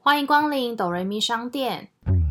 欢迎光临哆瑞咪商店。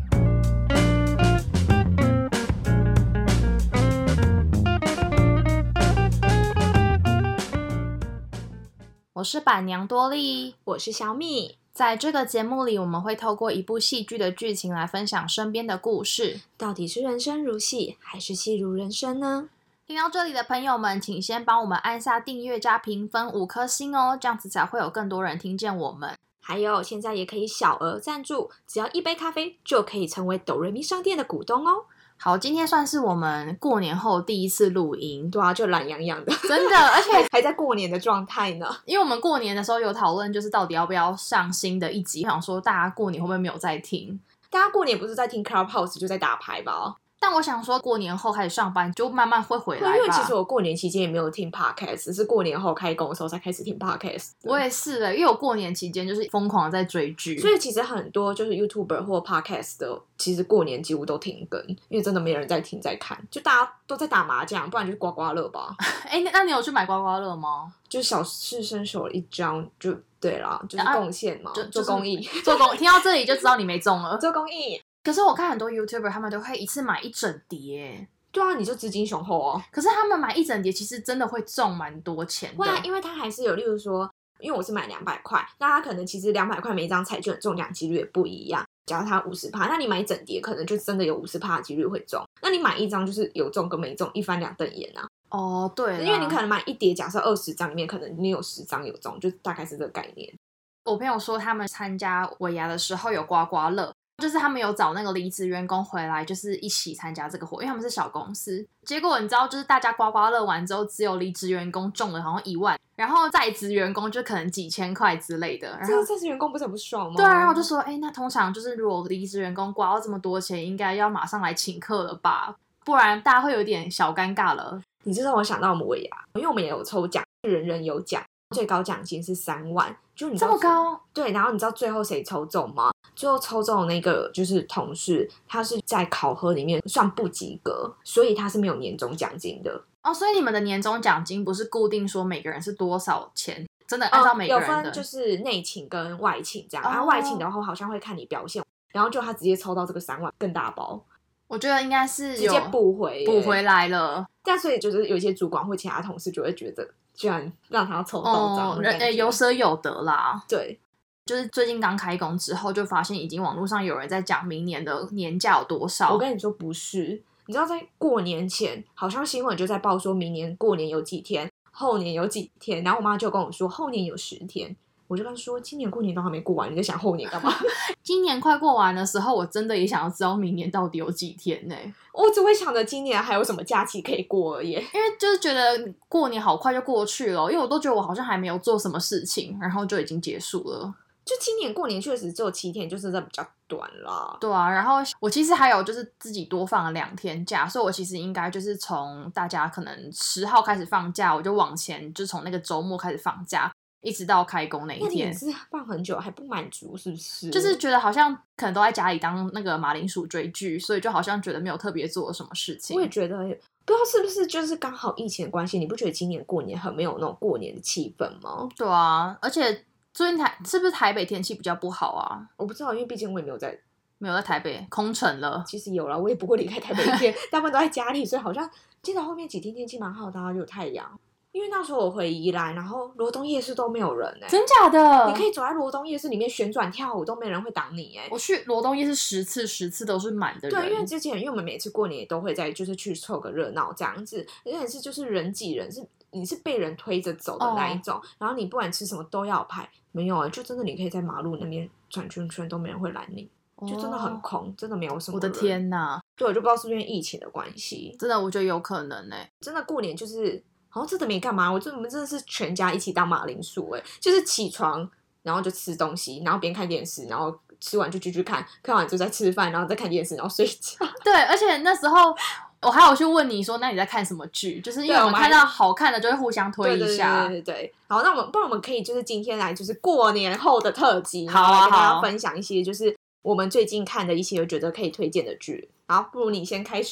我是板娘多莉， 我是小米。 在这个节目里，我们会透过一部戏剧的剧情来分享身边的故事。 到底是人生如戏，还是戏如人生呢？ 听到这里的朋友们，请先帮我们按下订阅加评分5颗星哦，这样子才会有更多人听见我们。 还有，现在也可以小额赞助，只要1杯咖啡就可以成为哆瑞咪商店的股东哦。 好，今天算是我们过年后第一次录音。 对啊，就懒洋洋的， 真的，而且还在过年的状态呢。 因为我们过年的时候有讨论，就是到底要不要上新的一集，想说大家过年会不会没有在听？ 大家过年不是在听 Clubhouse 就在打牌吧？ 但我想说，过年后开始上班，就慢慢会回来吧。 因为其实我过年期间也没有听 podcast， 是过年后开工的时候才开始听 podcast。 我也是因为我过年期间就是疯狂在追剧， 所以其实很多就是 YouTuber 或 podcast 的，其实过年几乎都停更，因为真的没人在听在看，就大家都在打麻将，不然就是刮刮乐吧。 那你有去买刮刮乐吗？ 就小试身手一张就对啦，就是贡献嘛，做公益， 听到这里就知道你没中了， 做公益。 可是我看很多 YouTuber 他们都会一次买一整叠。 对啊，你就资金雄厚哦。 可是他们买一整叠其实真的会中蛮多钱的。 会啊，因为他还是有，例如说，因为我是买200块，那他可能其实200块每一张彩券中奖几率也不一样。假如他50%，那你买一整叠可能就真的有50%的几率会中。那你买一张就是有中跟没中，一翻两瞪眼啊。 哦，对啦， 因为你可能买一叠，假设20张里面可能你有10张有中，就大概是这个概念。 我朋友说他们参加尾牙的时候有刮刮乐。就是他们有找那个离职员工回来，就是一起参加这个活，因为他们是小公司。结果你知道，就是大家刮刮乐完之后，只有离职员工中了好像1万，然后在职员工就可能几千块之类的。然后在职员工不是很不爽吗？ 对啊，然后我就说，那通常就是如果离职员工刮到这么多钱，应该要马上来请客了吧，不然大家会有点小尴尬了。 你这让我想到我们尾牙，因为我们也有抽奖，人人有奖，最高奖金是3万。就你知道这么高？ 对，然后你知道最后谁抽中吗？最后抽中的那个就是同事，他是在考核里面算不及格，所以他是没有年终奖金的。 哦，所以你们的年终奖金不是固定说每个人是多少钱，真的按照每个人的。 有分就是内请跟外请这样，然后外请的话好像会看你表现，然后就他直接抽到这个3万更大包。 我觉得应该是直接补回来了。 但所以就是有一些主管或其他同事就会觉得，居然让他抽到这样， 有舍有得啦。 对， 就是最近刚开工之后，就发现已经网络上有人在讲明年的年假有多少。 我跟你说不是，你知道在过年前，好像新闻就在报说明年过年有几天，后年有几天，然后我妈就跟我说后年有10天。我就跟他说，今年过年都还没过完，你在想后年干嘛？ 今年快过完的时候，我真的也想要知道明年到底有几天呢？ 我只会想着今年还有什么假期可以过而已。因为就是觉得过年好快就过去了，因为我都觉得我好像还没有做什么事情，然后就已经结束了。 就今年过年确实只有7天，就是真的比较短啦。 对啊，然后我其实还有就是自己多放了2天假，所以我其实应该就是从大家可能10号开始放假，我就往前就从那个周末开始放假。一直到开工那一天。 那你是放很久还不满足是不是？ 就是觉得好像可能都在家里当那个马铃薯追剧，所以就好像觉得没有特别做什么事情。 我也觉得不知道是不是就是刚好疫情的关系，你不觉得今年过年很没有那种过年的气氛吗？ 对啊，而且最近是不是台北天气比较不好啊？ 我不知道，因为毕竟我也没有在台北，空城了。 其实有啦，我也不过离开台北一天，大部分都在家里，所以好像记得后面几天天气蛮好的，就有太阳。因为那时候我回宜兰，然后罗东夜市都没有人真假的？ 你可以走在罗东夜市里面旋转跳舞，都没人会挡你我去罗东夜市10次都是满的人。 对，因为之前因为我们每次过年也都会就是去凑个热闹这样子，而且是就是人挤人，你是被人推着走的那一种，然后你不管吃什么都要排，没有就真的你可以在马路那边转圈圈都没人会拦你。就真的很空，真的没有什么人。 我的天哪！ 对，我就不知道是不是因为疫情的关系， 真的我觉得有可能真的过年就是好像真的没干嘛，我们真的是全家一起当马铃薯就是起床然后就吃东西，然后边看电视，然后吃完就继续看完就再吃饭，然后再看电视，然后睡觉。 对，而且那时候我还有去问你说，那你在看什么剧？就是因为我们看到好看的就会互相推一下。 对。好，那不然我们可以就是今天来就是过年后的特辑， 好啊， 跟大家分享一些就是我们最近看的一些觉得可以推荐的剧。好，不如你先开始吧。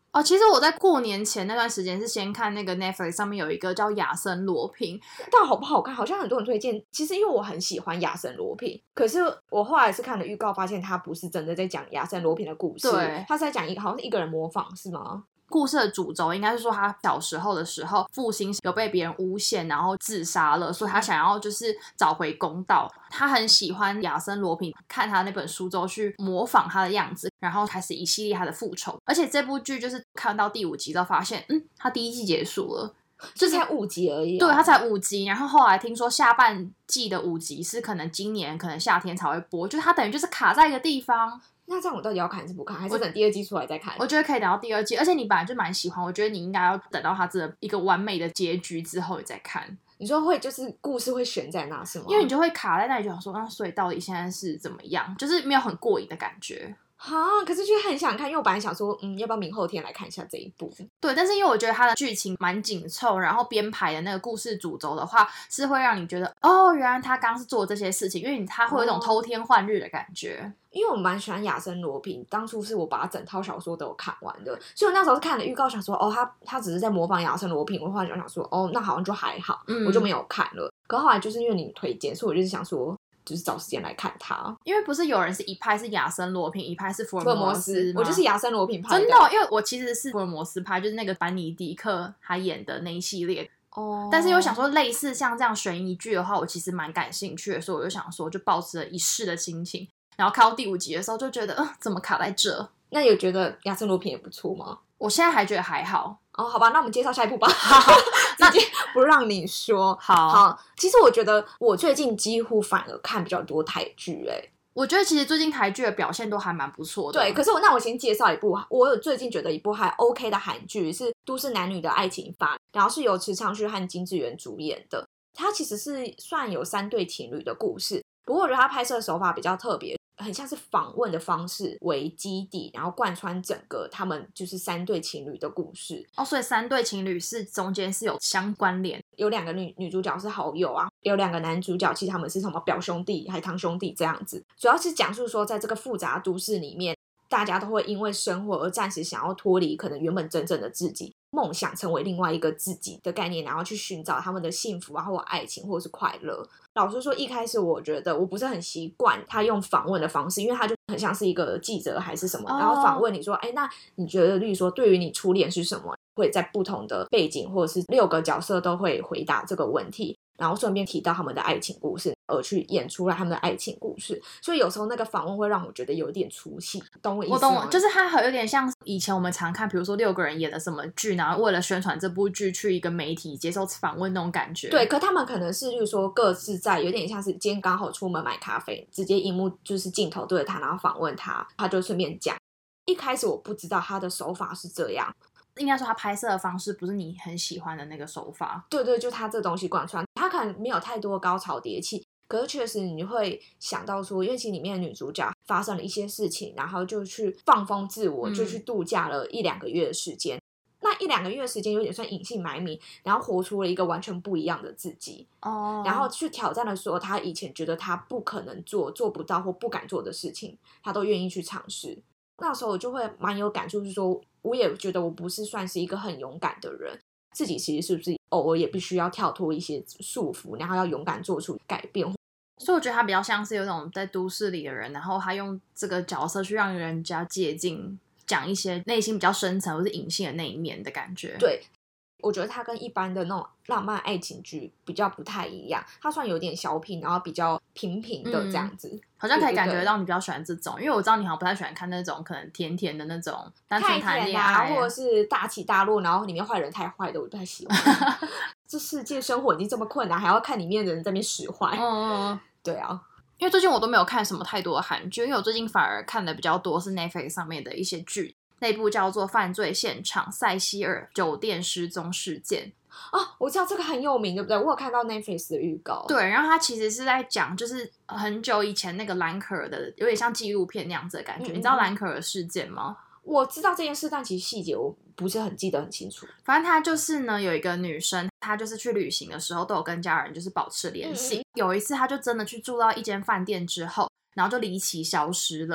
哦，其实我在过年前那段时间是先看那个 Netflix 上面有一个叫亚森罗平， 但好不好看？好像很多人推荐。其实因为我很喜欢亚森罗平，可是我后来是看了预告，发现他不是真的在讲亚森罗平的故事， 对， 他是在讲好像是一个人模仿，是吗？ 故事的主轴应该是说他小时候的时候，父亲有被别人诬陷，然后自杀了，所以他想要就是找回公道。他很喜欢亚森罗平，看他那本书之后去模仿他的样子，然后开始一系列他的复仇。而且这部剧就是看到第5集之后发现，他第1季结束了。 就才5集而已、 对，他才5集，然后后来听说下半季的5集是可能今年可能夏天才会播，就是他等于就是卡在一个地方。 那这样我到底要看还是不看？还是等第2季出来再看？ 我觉得可以等到第2季，而且你本来就蛮喜欢，我觉得你应该要等到它这一个完美的结局之后你再看。 你说会就是故事会悬在那是吗？ 因为你就会卡在那里，就想说，所以到底现在是怎么样？就是没有很过瘾的感觉。 可是就很想看，因为我本来想说，要不要明后天来看一下这一部？ 对，但是因为我觉得它的剧情蛮紧凑，然后编排的那个故事主轴的话，是会让你觉得，原来他刚是做这些事情，因为他会有一种偷天换日的感觉。 因为我蛮喜欢亚森罗平，当初是我把他整套小说都有看完的，所以我那时候是看了预告，想说，他只是在模仿亚森罗平，我后来就想说，那好像就还好，我就没有看了。可后来就是因为你推荐，所以我就是想说，就是找时间来看它。 因为不是有人是一派是亚森罗平，一派是福尔摩斯吗？ 我就是亚森罗平派的。 真的因为我其实是福尔摩斯派，就是那个班尼迪克他演的那一系列。但是又想说类似像这样悬疑剧的话，我其实蛮感兴趣的，所以我就想说就抱持了一试的心情，然后看到第5集的时候就觉得怎么卡在这。 那有觉得亚森罗平也不错吗？ 我现在还觉得还好。 好吧，那我们介绍下一部吧。 那直接不让你说。好，其实我觉得我最近几乎反而看比较多台剧我觉得其实最近台剧的表现都还蛮不错的。 对，可是那我先介绍一部，我有最近觉得一部还 OK 的韩剧，是《都市男女的爱情法》，然后是由池昌旭和金智媛主演的。它其实是算有3对情侣的故事，不过我觉得它拍摄手法比较特别，很像是访问的方式为基底，然后贯穿整个他们就是3对情侣的故事。 所以3对情侣是中间是有相关联， 有2个女主角是好友啊，有2个男主角其实他们是什么表兄弟还堂兄弟这样子，主要是讲述说在这个复杂都市里面，大家都会因为生活而暂时想要脱离可能原本真正的自己，梦想成为另外一个自己的概念，然后去寻找他们的幸福啊，或爱情或者是快乐。老实说一开始我觉得我不是很习惯他用访问的方式，因为他就很像是一个记者还是什么，然后访问你说那你觉得例如说对于你初恋是什么，会在不同的背景或者是6个角色都会回答这个问题，然后顺便提到他们的爱情故事，而去演出来他们的爱情故事。所以有时候那个访问会让我觉得有点出戏，懂我意思吗？ 我懂，就是它有点像以前我们常看比如说6个人演的什么剧，然后为了宣传这部剧去一个媒体接受访问那种感觉。 对，可他们可能是例如说各自在有点像是今天刚好出门买咖啡，直接荧幕就是镜头对着他，然后访问他，他就顺便讲。一开始我不知道他的手法是这样， 应该说他拍摄的方式不是你很喜欢的那个手法。 对，就他这东西贯穿，他可能没有太多高潮迭起，可是确实你会想到说，因为其实里面的女主角发生了一些事情，然后就去放风自我，就去度假了1-2个月的时间。那1-2个月的时间有点算隐姓埋名，然后活出了一个完全不一样的自己。然后去挑战了所有他以前觉得他不可能做不到或不敢做的事情，他都愿意去尝试。那时候我就会蛮有感触，是说我也觉得我不是算是一个很勇敢的人，自己其实是不是偶尔也必须要跳脱一些束缚，然后要勇敢做出改变。 所以我觉得他比较像是有种在都市里的人，然后他用这个角色去让人家接近，讲一些内心比较深层或是隐性的那一面的感觉。 对，我觉得他跟一般的那种浪漫爱情剧比较不太一样，他算有点小品，然后比较平平的这样子。 好像可以感觉到你比较喜欢这种，因为我知道你好像不太喜欢看那种可能甜甜的那种单纯谈恋爱， 或者是大起大落，然后里面坏人太坏的，我不太喜欢。这世界生活已经这么困难，还要看里面的人在那边使坏。对啊。 因为最近我都没有看什么太多的韩剧，因为我最近反而看的比较多是 Netflix 上面的一些剧，那部叫做《犯罪现场：塞西尔酒店失踪事件》。 我知道这个很有名，对不对？我有看到 Netflix 的预告。 对，然后它其实是在讲，就是很久以前那个兰可儿的，有点像纪录片那样子的感觉。你知道兰可儿事件吗？ 我知道这件事，但其实细节我不是很记得很清楚。 反正她就是呢，有一个女生，她就是去旅行的时候都有跟家人就是保持联系。有一次她就真的去住到一间饭店之后，然后就离奇消失了。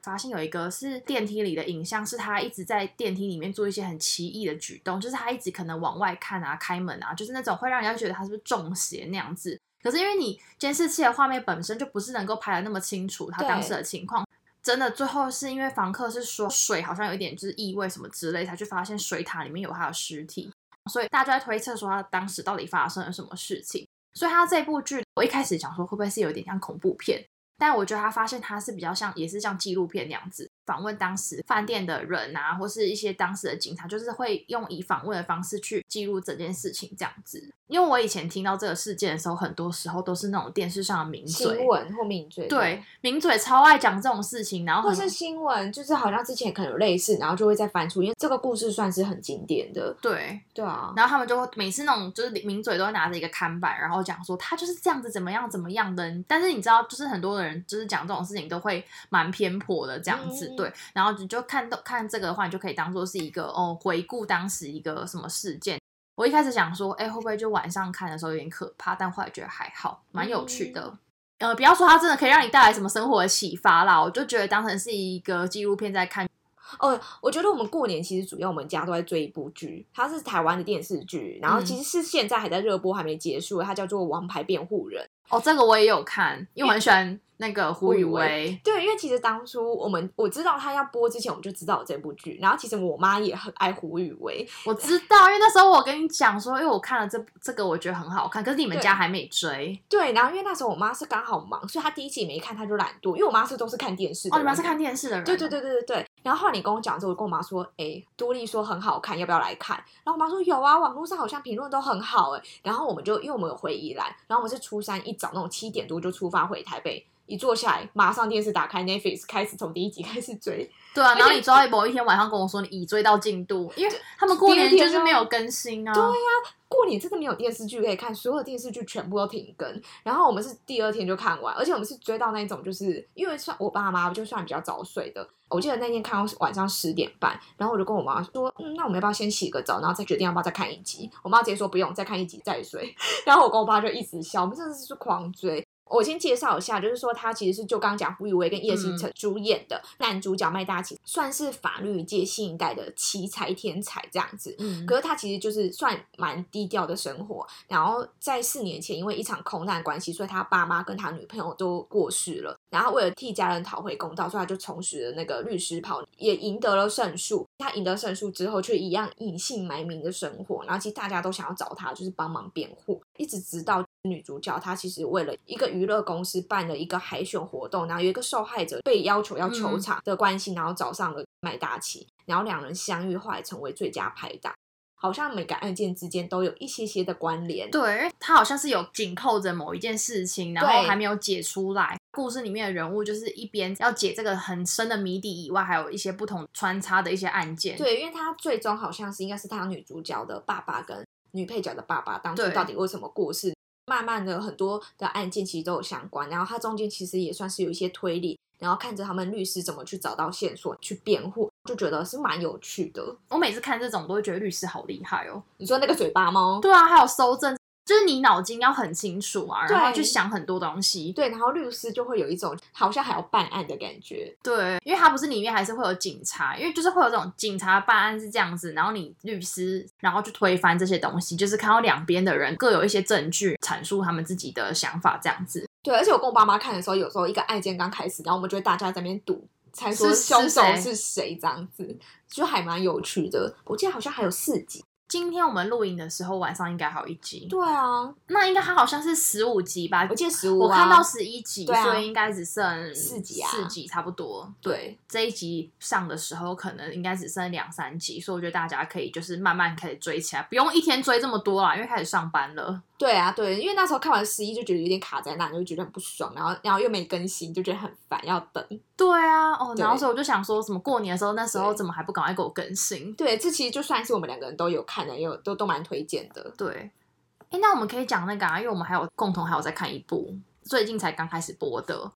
发现有一个是电梯里的影像，是他一直在电梯里面做一些很奇异的举动，就是他一直可能往外看啊、开门啊，就是那种会让人家觉得他是不是中邪那样子。可是因为你监视器的画面本身就不是能够拍得那么清楚他当时的情况，真的最后是因为房客是说水好像有一点就是异味什么之类，才去发现水塔里面有他的尸体，所以大家就在推测说他当时到底发生了什么事情。所以他这部剧我一开始想说会不会是有点像恐怖片，但我觉得他发现他是比较像，也是像纪录片那样子，访问当时饭店的人啊，或是一些当时的警察，就是会用以访问的方式去记录整件事情这样子。因为我以前听到这个事件的时候，很多时候都是那种电视上的名嘴新闻或名嘴， 对，名嘴超爱讲这种事情，然后或是新闻，就是好像之前可能有类似，然后就会再翻出，因为这个故事算是很经典的。 对对啊， 然后他们就会每次那种就是名嘴都会拿着一个看板，然后讲说他就是这样子怎么样怎么样的。但是你知道，就是很多的人就是讲这种事情都会蛮偏颇的这样子，对。然后你就看这个的话，你就可以当做是一个回顾当时一个什么事件。我一开始想说，会不会就晚上看的时候有点可怕？但后来觉得还好，蛮有趣的。不要说它真的可以让你带来什么生活的启发啦，我就觉得当成是一个纪录片在看。 我觉得我们过年其实主要我们家都在追一部剧，它是台湾的电视剧，然后其实是现在还在热播，还没结束，它叫做《王牌辩护人》。 这个我也有看，因为我很喜欢那个胡宇威。 对，因为其实当初我知道他要播之前，我们就知道有这部剧，然后其实我妈也很爱胡宇威。 我知道，因为那时候我跟你讲说，因为我看了这个我觉得很好看，可是你们家还没追。 对，然后因为那时候我妈是刚好忙，所以她第一集没看，她就懒惰，因为我妈都是看电视的人。 你妈是看电视的人。 对。然后后来你跟我讲之后，我跟我妈说，多莉说很好看，要不要来看？然后我妈说有啊，网络上好像评论都很好然后我们就因为我们有回宜兰，然后我们是初三一早那种7点多就出发回台北，一坐下来马上电视打开 Netflix 开始从第一集开始追。 对啊，然后你知道某一天晚上跟我说你已追到进度，因为他们过年就是没有更新啊。 对啊，过年真的没有电视剧可以看，所有的电视剧全部都停更。然后我们是第2天就看完，而且我们是追到那种，就是因为算我爸妈就算比较早睡的，我记得那天看到晚上10点半，然后我就跟我妈说，那我们要不要先洗个澡，然后再决定要不要再看一集？我妈直接说不用，再看一集再睡。然后我跟我爸就一直笑，我们真的是狂追。我先介绍一下，就是说他其实是就刚刚讲胡宇威跟叶星辰主演的，男主角麦大齐算是法律界新一代的奇才天才这样子。可是他其实就是算蛮低调的生活，然后在4年前因为一场空难关系，所以他爸妈跟他女朋友都过世了，然后为了替家人讨回公道，所以他就重拾了那个律师袍，也赢得了胜诉。他赢得胜诉之后却一样隐姓埋名的生活，然后其实大家都想要找他就是帮忙辩护，一直直到女主角她其实为了一个娱乐公司办了一个海选活动，然后有一个受害者被要求要求偿的关系，然后找上了麦大齐，然后2人相遇，后来成为最佳拍档。好像每个案件之间都有一些的关联。 对，他好像是有紧扣着某一件事情，然后还没有解出来。故事里面的人物就是一边要解这个很深的谜底以外，还有一些不同穿插的一些案件。 对，因为他最终好像是应该是他女主角的爸爸跟女配角的爸爸当初到底为什么过世，慢慢的很多的案件其实都有相关，然后他中间其实也算是有一些推理，然后看着他们律师怎么去找到线索去辩护，就觉得是蛮有趣的。 我每次看这种都会觉得律师好厉害哦。 你说那个嘴巴吗？ 对啊，还有搜证，就是你脑筋要很清楚啊，然后去想很多东西。 对，然后律师就会有一种好像还要办案的感觉。 对，因为他不是里面还是会有警察，因为就是会有这种警察办案是这样子，然后你律师然后去推翻这些东西，就是看到两边的人各有一些证据阐述他们自己的想法这样子。 对，而且我跟我爸妈看的时候，有时候一个案件刚开始，然后我们就会大家在那边赌，猜说凶手是谁这样子，就还蛮有趣的。我记得好像还有4集。 今天我们录影的时候晚上应该还有1集。 对啊， 那应该它好像是15集吧， 我记得15 我看到11集， 啊， 所以应该只剩 4集啊 ，4集差不多。 对， 这一集上的时候可能应该只剩2-3集，所以我觉得大家可以就是慢慢开始追起来，不用一天追这么多啦，因为开始上班了。 对啊，对，因为那时候看完11就觉得有点卡在那，就觉得很不爽，然后又没更新，就觉得很烦，要等。 对啊，然后所以我就想说什么过年的时候，那时候怎么还不赶快给我更新？ 对，这其实就算是我们2个人都有看的，也有都蛮推荐的。 对，那我们可以讲那个因为我们共同还有在看一部最近才刚开始播的。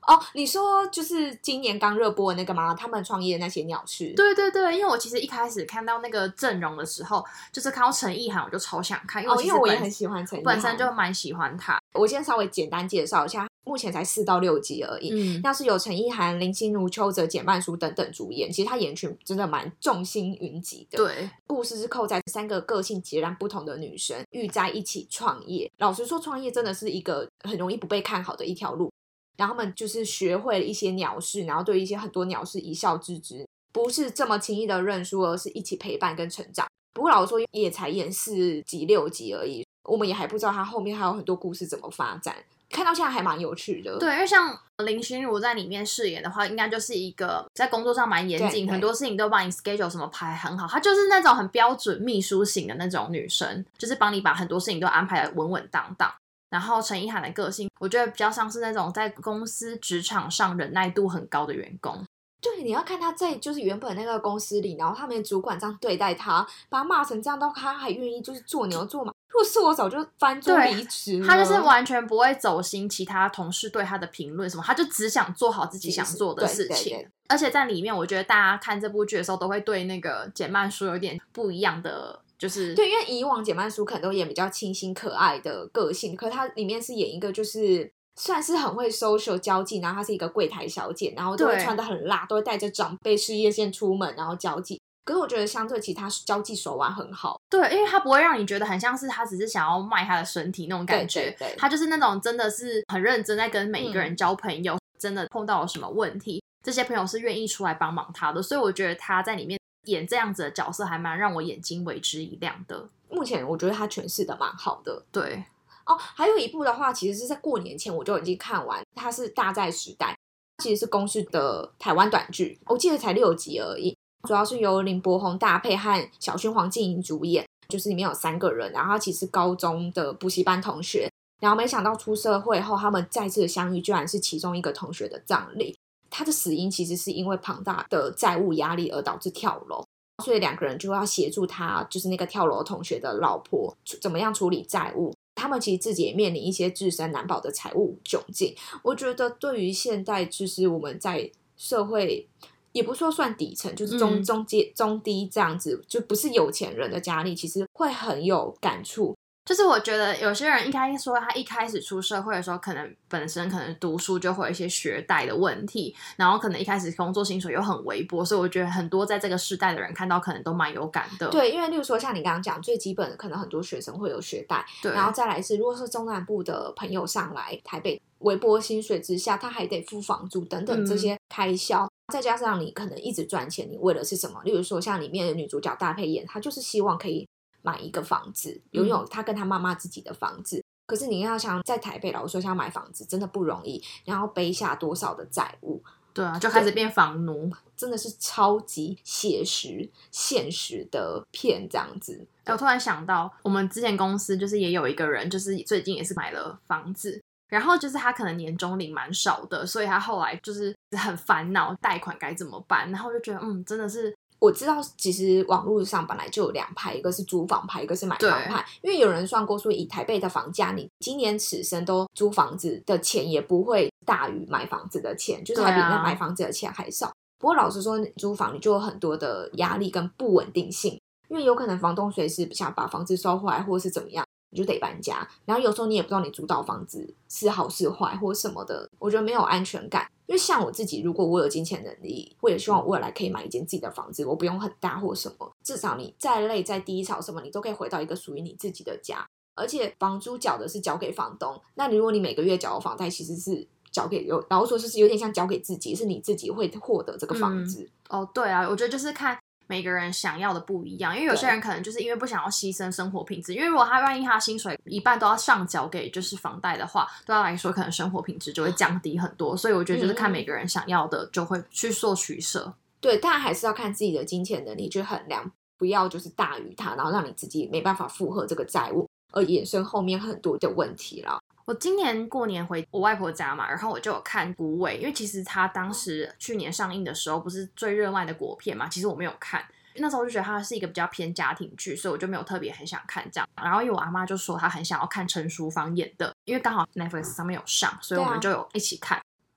哦，你说就是今年刚热播的那个吗？他们创业的那些鸟事。 对对对，因为我其实一开始看到那个阵容的时候，就是看到陈意涵我就超想看，因为因为我也很喜欢陈意涵， 本身就蛮喜欢他。 我先稍微简单介绍一下，目前才4到6集而已。那是由陈意涵、林心如、邱泽、简曼书等等主演，其实他演群真的蛮众星云集的。 对， 故事是扣在3个个性截然不同的女生遇在一起创业。老实说，创业真的是一个很容易不被看好的一条路。然后他们就是学会了一些鸟事，然后对一些很多鸟事一笑置之，不是这么轻易的认输，而是一起陪伴跟成长。不过老实说，也才演4集6集而已，我们也还不知道他后面还有很多故事怎么发展。看到现在还蛮有趣的。 对，因为像林心如在里面饰演的话，应该就是一个在工作上蛮严谨，很多事情都帮你 schedule 什么排很好，她就是那种很标准秘书型的那种女生，就是帮你把很多事情都安排得稳稳当当。然后陈意涵的个性，我觉得比较像是那种在公司职场上忍耐度很高的员工。 对，你要看他在就是原本那个公司里，然后他们的主管这样对待他，把他骂成这样，到他还愿意就是做牛做马。如果是我，早就翻桌离职了。 他就是完全不会走心其他同事对他的评论什么，他就只想做好自己想做的事情。对，而且在里面，我觉得大家看这部剧的时候，都会对那个简曼书有点不一样的。就是对，因为以往简曼书可能都演比较清新可爱的个性，可是他里面是演一个就是算是很会 social 交际，然后她是一个柜台小姐，然后都会穿得很辣，都会带着长辈事业线出门，然后交际。可是我觉得相对其他交际手腕很好。 对，因为他不会让你觉得很像是他只是想要卖他的身体那种感觉。 对对对， 他就是那种真的是很认真在跟每一个人交朋友，真的碰到了什么问题，这些朋友是愿意出来帮忙他的，所以我觉得他在里面演这样子的角色还蛮让我眼睛为之一亮的。 目前我觉得他诠释的蛮好的。 对哦，还有一部的话其实是在过年前我就已经看完，它是大在时代，其实是公视的台湾短剧，我记得才6集而已，主要是由林柏宏、大佩和小薰、黄静莹主演，就是里面有3个人，然后他其实高中的补习班同学，然后没想到出社会后他们再次的相遇居然是其中一个同学的葬礼。他的死因其实是因为庞大的债务压力而导致跳楼，所以2个人就要协助他，就是那个跳楼同学的老婆怎么样处理债务。他们其实自己也面临一些自身难保的财务窘境。我觉得对于现在就是我们在社会也不说算底层，就是中低这样子，就不是有钱人的家里，其实会很有感触。 就是我觉得有些人应该说他一开始出社会的时候，可能本身可能读书就会有一些学贷的问题，然后可能一开始工作薪水又很微薄，所以我觉得很多在这个世代的人看到可能都蛮有感的。 对，因为例如说像你刚刚讲最基本的，可能很多学生会有学贷，然后再来是如果是中南部的朋友上来台北，微薄薪水之下他还得付房租等等这些开销，再加上你可能一直赚钱，你为的是什么？例如说像里面的女主角大佩演，她就是希望可以买一个房子，拥有她跟她妈妈自己的房子。可是你要想在台北，老实说想买房子真的不容易，然后背下多少的债务。 对啊，就开始变房奴， 真的是超级写实现实的片这样子。 我突然想到我们之前公司就是也有一个人，就是最近也是买了房子，然后就是他可能年终领蛮少的，所以他后来就是很烦恼贷款该怎么办，然后就觉得真的是。 我知道其实网络上本来就有2派，一个是租房派，一个是买房派。因为有人算过说以台北的房价，你今年此生都租房子的钱也不会大于买房子的钱，就是还比那买房子的钱还少。不过老实说，租房你就有很多的压力跟不稳定性，因为有可能房东随时想把房子收回来或是怎么样，你就得搬家，然后有时候你也不知道你租到房子是好是坏或什么的，我觉得没有安全感。因为像我自己，如果我有金钱能力，我也希望未来可以买一间自己的房子，我不用很大或什么，至少你再累再低潮什么，你都可以回到一个属于你自己的家。而且房租缴的是交给房东，那如果你每个月缴的房贷其实是交给然后说是有点像交给自己，是你自己会获得这个房子。 对啊，我觉得就是看每个人想要的不一样，因为有些人可能就是因为不想要牺牲生活品质，因为如果他万一他薪水一半都要上缴给就是房贷的话，对他来说可能生活品质就会降低很多，所以我觉得就是看每个人想要的就会去做取舍。 对，当然还是要看自己的金钱能力去衡量，不要就是大于他，然后让你自己没办法负荷这个债务，而衍生后面很多的问题啦。 我今年过年回我外婆家嘛，然后我就有看《孤味》，因为其实他当时去年上映的时候不是最热卖的国片嘛，其实我没有看，那时候就觉得它是一个比较偏家庭剧，所以我就没有特别很想看这样。然后因为我阿妈就说她很想要看陈淑芳演的，因为刚好 Netflix 上面有上，所以我们就有一起看。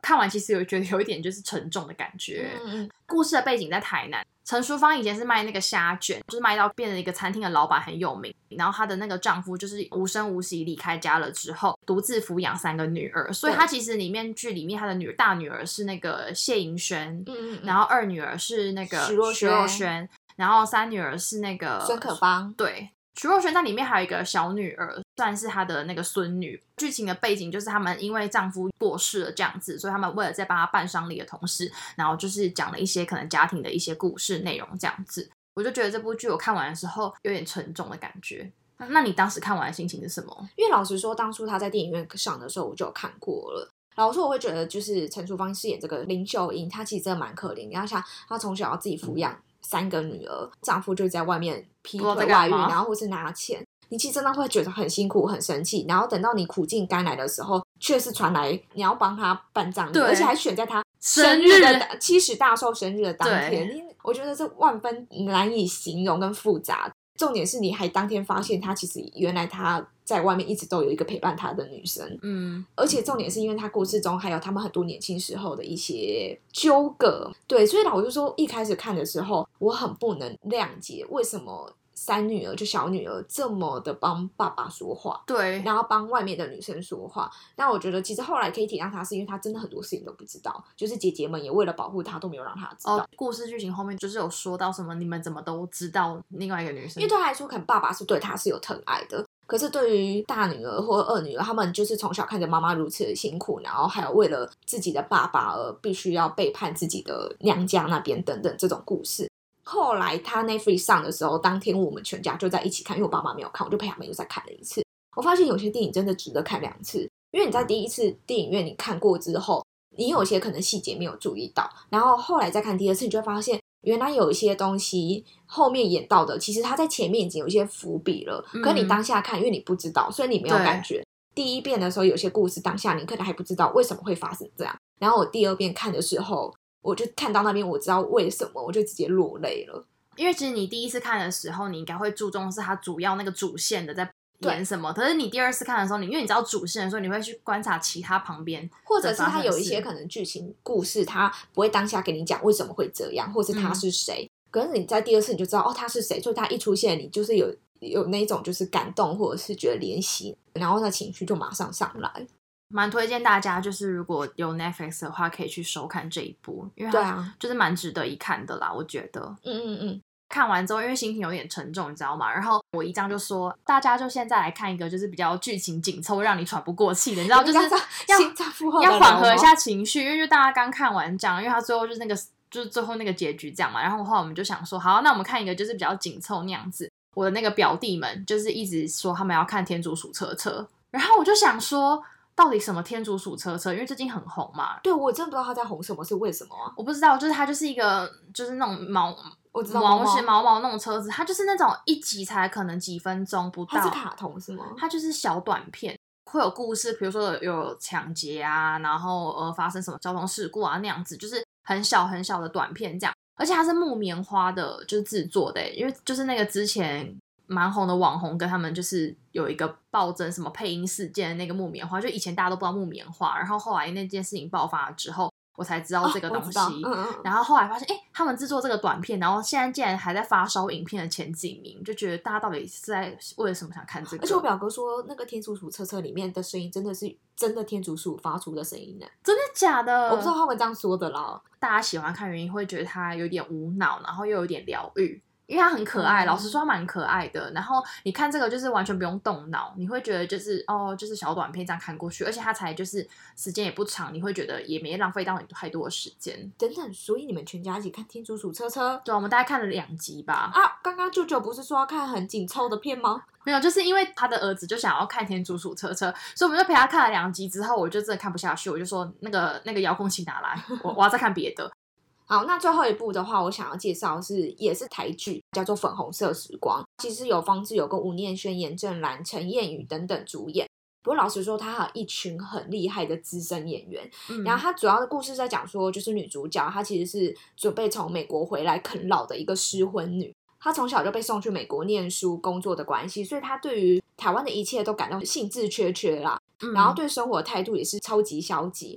看完其实觉得有一点就是沉重的感觉。故事的背景在台南，陈淑芳以前是卖那个虾卷，就是卖到变成一个餐厅的老板很有名，然后她的那个丈夫就是无声无息离开家了之后，独自抚养3个女儿，所以她其实剧里面她的大女儿是那个谢盈萱，然后2女儿是那个徐若瑄，然后3女儿是那个孙可芳。 对，徐若瑄在里面还有一个小女儿，算是她的那个孙女。剧情的背景就是他们因为丈夫过世了这样子，所以他们为了在帮她办丧礼的同时，然后就是讲了一些可能家庭的一些故事内容这样子。我就觉得这部剧我看完的时候有点沉重的感觉。那你当时看完的心情是什么？ 因为老实说，当初她在电影院上的时候我就有看过了。老实说，我会觉得就是陈淑芳饰演这个林秀英，她其实真的蛮可怜。你要想，她从小要自己抚养3个女儿，丈夫就在外面劈腿外遇，然后或是拿钱，你其实真的会觉得很辛苦很生气，然后等到你苦尽甘来的时候，却是传来你要帮她办葬礼，而且还选在她生日的70大寿生日的当天，我觉得这万分难以形容跟复杂。重点是你还当天发现她其实原来她在外面一直都有一个陪伴她的女生，而且重点是因为她故事中还有他们很多年轻时候的一些纠葛，对，所以老实说一开始看的时候我很不能谅解为什么3女儿就小女儿这么的帮爸爸说话， 对， 然后帮外面的女生说话。那我觉得其实后来可以体谅她，是因为她真的很多事情都不知道，就是姐姐们也为了保护她都没有让她知道。 故事剧情后面就是有说到什么你们怎么都知道另外一个女生， 因为对她来说可能爸爸是对她是有疼爱的，可是对于大女儿或2女儿，他们就是从小看着妈妈如此的辛苦，然后还有为了自己的爸爸而必须要背叛自己的娘家那边等等这种故事。后来他 Netflix 上的时候，当天我们全家就在一起看，因为我爸妈没有看，我就陪他们又再看了一次。我发现有些电影真的值得看2次，因为你在第一次电影院你看过之后，你有些可能细节没有注意到，然后后来再看第2次，你就会发现原来有一些东西后面演到的，其实他在前面已经有一些伏笔了，可是你当下看，因为你不知道，所以你没有感觉。第一遍的时候，有些故事当下你可能还不知道为什么会发生这样，然后我第2遍看的时候，我就看到那边我知道为什么，我就直接落泪了。 因为其实你第一次看的时候，你应该会注重的是它主要那个主线的在演什么，可是你第2次看的时候，因为你知道主线的时候，你会去观察其他旁边， 或者是它有一些可能剧情故事，它不会当下给你讲为什么会这样，或是他是谁，可是你在第2次你就知道哦他是谁，所以他一出现你就是有那种就是感动或者是觉得怜惜，然后那情绪就马上上来。 蛮推荐大家就是如果有 Netflix 的话可以去收看这一部，因为它就是蛮值得一看的啦，我觉得。看完之后因为心情有点沉重你知道吗，然后我姨丈就说大家就现在来看一个就是比较剧情紧凑让你喘不过气的，你知道就是要缓和一下情绪，因为就大家刚看完这样，因为他最后就是最后那个结局这样嘛，然后后来我们就想说好，那我们看一个就是比较紧凑那样子。我的那个表弟们就是一直说他们要看天竺鼠车车，然后我就想说到底什么天竺鼠车车，因为最近很红嘛。 对，我真的不知道他在红什么，是为什么啊？ 我不知道，就是它就是一个就是那种我知道毛那种车子，它就是那种一集才可能几分钟不到， 它是卡通是吗？ 它就是小短片，会有故事，比如说有抢劫啊，然后发生什么交通事故啊那样子，就是很小很小的短片这样。而且它是木棉花的，就是制作的，因为就是那个之前蛮红的网红跟他们就是有一个暴增什么配音事件的那个木棉花，就以前大家都不知道木棉花，然后后来那件事情爆发之后我才知道这个东西，然后后来发现他们制作这个短片，然后现在竟然还在发烧影片的前几名，就觉得大家到底是在为了什么想看这个。 而且我表哥说那个天竺鼠车车里面的声音真的是真的天竺鼠发出的声音呢。 真的假的？ 我不知道他们这样说的啦。 大家喜欢看原因会觉得它有点无脑，然后又有点疗愈，因为它很可爱，老实说它蛮可爱的。然后你看这个就是完全不用动脑，你会觉得就是就是小短片这样看过去，而且它才就是时间也不长，你会觉得也没浪费到你太多的时间。 等等，所以你们全家一起看天竺鼠车车？ 对，我们大概看了2集吧。 啊，刚刚舅舅不是说要看很紧凑的片吗？ 没有，就是因为他的儿子就想要看天竺鼠车车，所以我们就陪他看了2集之后，我就真的看不下去，我就说那个遥控器拿来，我要再看别的。 好，那最后一部的话，我想要介绍也是台剧，叫做《粉红色时光》。其实有方志友跟吴念轩、严正兰、陈燕宇等等主演。不过老实说，他还有一群很厉害的资深演员。然后他主要的故事在讲说，就是女主角她其实是准备从美国回来啃老的一个失婚女。她从小就被送去美国念书工作的关系，所以她对于台湾的一切都感到兴致缺缺啦。然后对生活态度也是超级消极。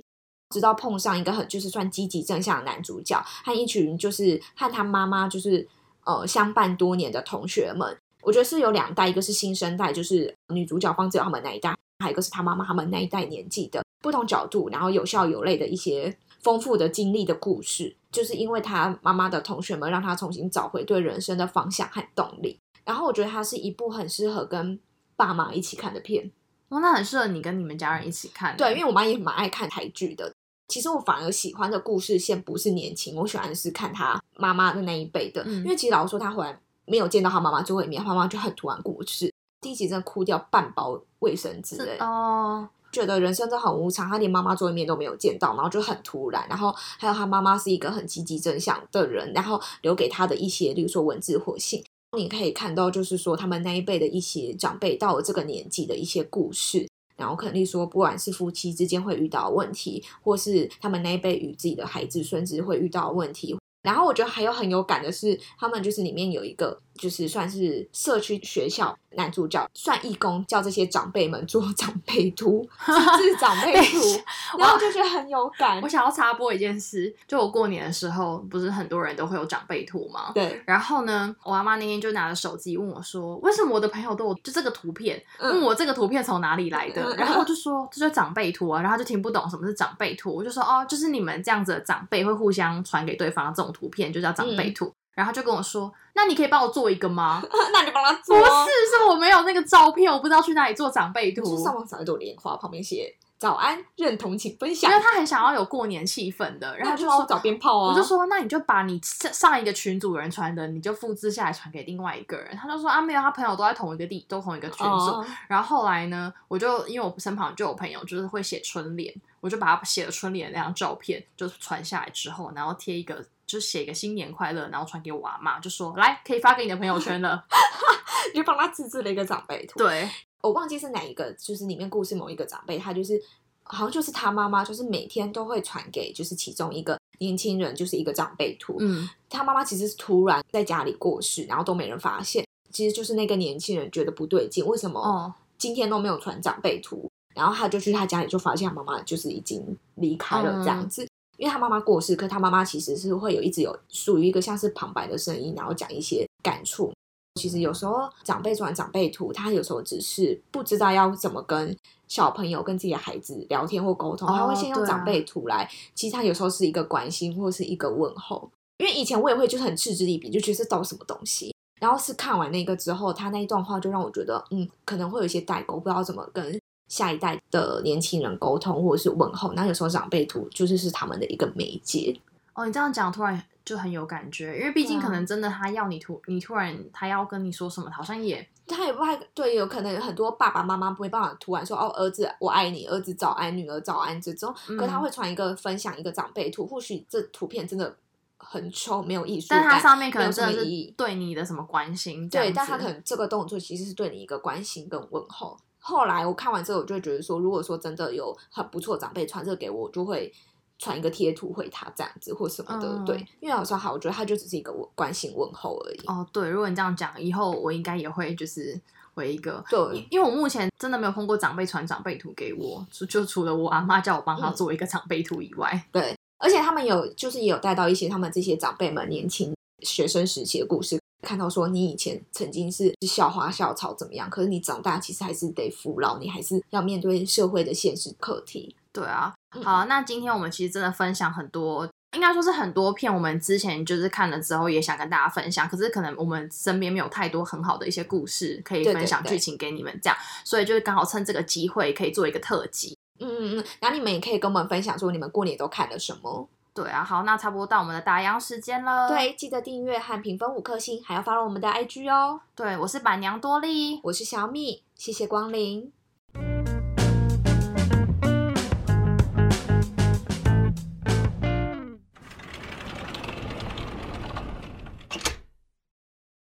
直到碰上一个很就是算积极正向的男主角和一群就是和他妈妈就是相伴多年的同学们。我觉得是有2代，一个是新生代，就是女主角方志友他们那一代，还有一个是他妈妈他们那一代年纪的不同角度，然后有笑有泪的一些丰富的经历的故事。就是因为他妈妈的同学们让他重新找回对人生的方向和动力。然后我觉得它是一部很适合跟爸妈一起看的片。 那很适合你跟你们家人一起看。 对，因为我妈也蛮爱看台剧的。其实我反而喜欢的故事线不是年轻，我喜欢的是看他妈妈的那一辈的。因为其实老实说，他回来没有见到他妈妈最后一面，他妈妈就很突然过世。第一集真的哭掉半包卫生纸觉得人生真的很无常，他连妈妈最后一面都没有见到，然后就很突然。然后还有他妈妈是一个很积极正向的人，然后留给他的一些例如说文字或信，你可以看到就是说他们那一辈的一些长辈到了这个年纪的一些故事。然后可能说不管是夫妻之间会遇到问题，或是他们那一辈与自己的孩子孙子会遇到问题。然后我觉得还有很有感的是，他们就是里面有一个就是算是社区学校男主角算义工，叫这些长辈们做长辈图自长辈图然后就觉得很有感。 我想要插播一件事，就我过年的时候不是很多人都会有长辈图吗？ 对。 然后呢，我阿妈那天就拿着手机问我说，为什么我的朋友都有就这个图片，问我这个图片从哪里来的然后我就说这就是长辈图啊，然后他就听不懂什么是长辈图。我就说就是你们这样子的长辈会互相传给对方这种图片就叫长辈图然后他就跟我说，那你可以帮我做一个吗那你帮他做。 不是我没有那个照片，我不知道去哪里做长辈图。 就是上网找一朵莲花，旁边写早安认同请分享。 因为他很想要有过年气氛的，然后就说找鞭炮啊。 我就说那你就把你上一个群组人传的你就复制下来传给另外一个人。他就说没有，他朋友都在同一个都同一个群组然后后来呢，我就因为我身旁就有朋友就是会写春联，我就把他写了春联的那张照片就传下来之后，然后贴一个就是写一个新年快乐，然后传给我阿嬷，就说来可以发给你的朋友圈了你就帮他自制了一个长辈图。 对， 我忘记是哪一个，就是里面故事某一个长辈，他就是好像就是他妈妈，就是每天都会传给就是其中一个年轻人，就是一个长辈图。他妈妈其实是突然在家里过世，然后都没人发现，其实就是那个年轻人觉得不对劲，为什么今天都没有传长辈图然后他就去他家里就发现他妈妈就是已经离开了这样子。因为他妈妈过世，可是他妈妈其实是会一直有属于一个像是旁白的声音，然后讲一些感触。其实有时候长辈传长辈图，他有时候只是不知道要怎么跟小朋友跟自己的孩子聊天或沟通，他会先用长辈图来其实他有时候是一个关心或是一个问候。因为以前我也会就是很嗤之以鼻，就觉得这到底什么东西，然后是看完那个之后，他那一段话就让我觉得可能会有一些代沟，不知道怎么跟下一代的年轻人沟通或者是问候。那有时候长辈图就是他们的一个媒介。 你这样讲突然就很有感觉，因为毕竟可能真的他要你突然他要跟你说什么，好像他也不太对，有可能很多爸爸妈妈不会办法突然说儿子我爱你，儿子早安，女儿早安这种，可他会传一个分享一个长辈图，或许这图片真的很丑没有艺术感， 但他上面可能真的是对你的什么关心这样子。 对，但他可能这个动作其实是对你一个关心跟问候。后来我看完之后我就会觉得说，如果说真的有很不错长辈传这个给我，我就会传一个贴图回他这样子或什么的。对，因为有时候我觉得他就只是一个关心问候而已。 对，如果你这样讲，以后我应该也会就是回一个。 对， 因为我目前真的没有碰过长辈传长辈图给我，就除了我阿嬷叫我帮他做一个长辈图以外。 对，而且他们就是也有带到一些他们这些长辈们年轻学生时期的故事，看到说你以前曾经是校花校草怎么样，可是你长大其实还是得服老，你还是要面对社会的现实课题。 对啊，好，那今天我们其实真的分享很多，应该说是很多片我们之前就是看了之后也想跟大家分享，可是可能我们身边没有太多很好的一些故事可以分享剧情给你们这样，所以就是刚好趁这个机会可以做一个特辑。 然后你们也可以跟我们分享说你们过年都看了什么。 对啊，好，那差不多到我们的打烊时间了。 对，记得订阅和评分5颗星，还要follow我们的 IG 哦。 对，我是板娘多莉， 我是小米，谢谢光临。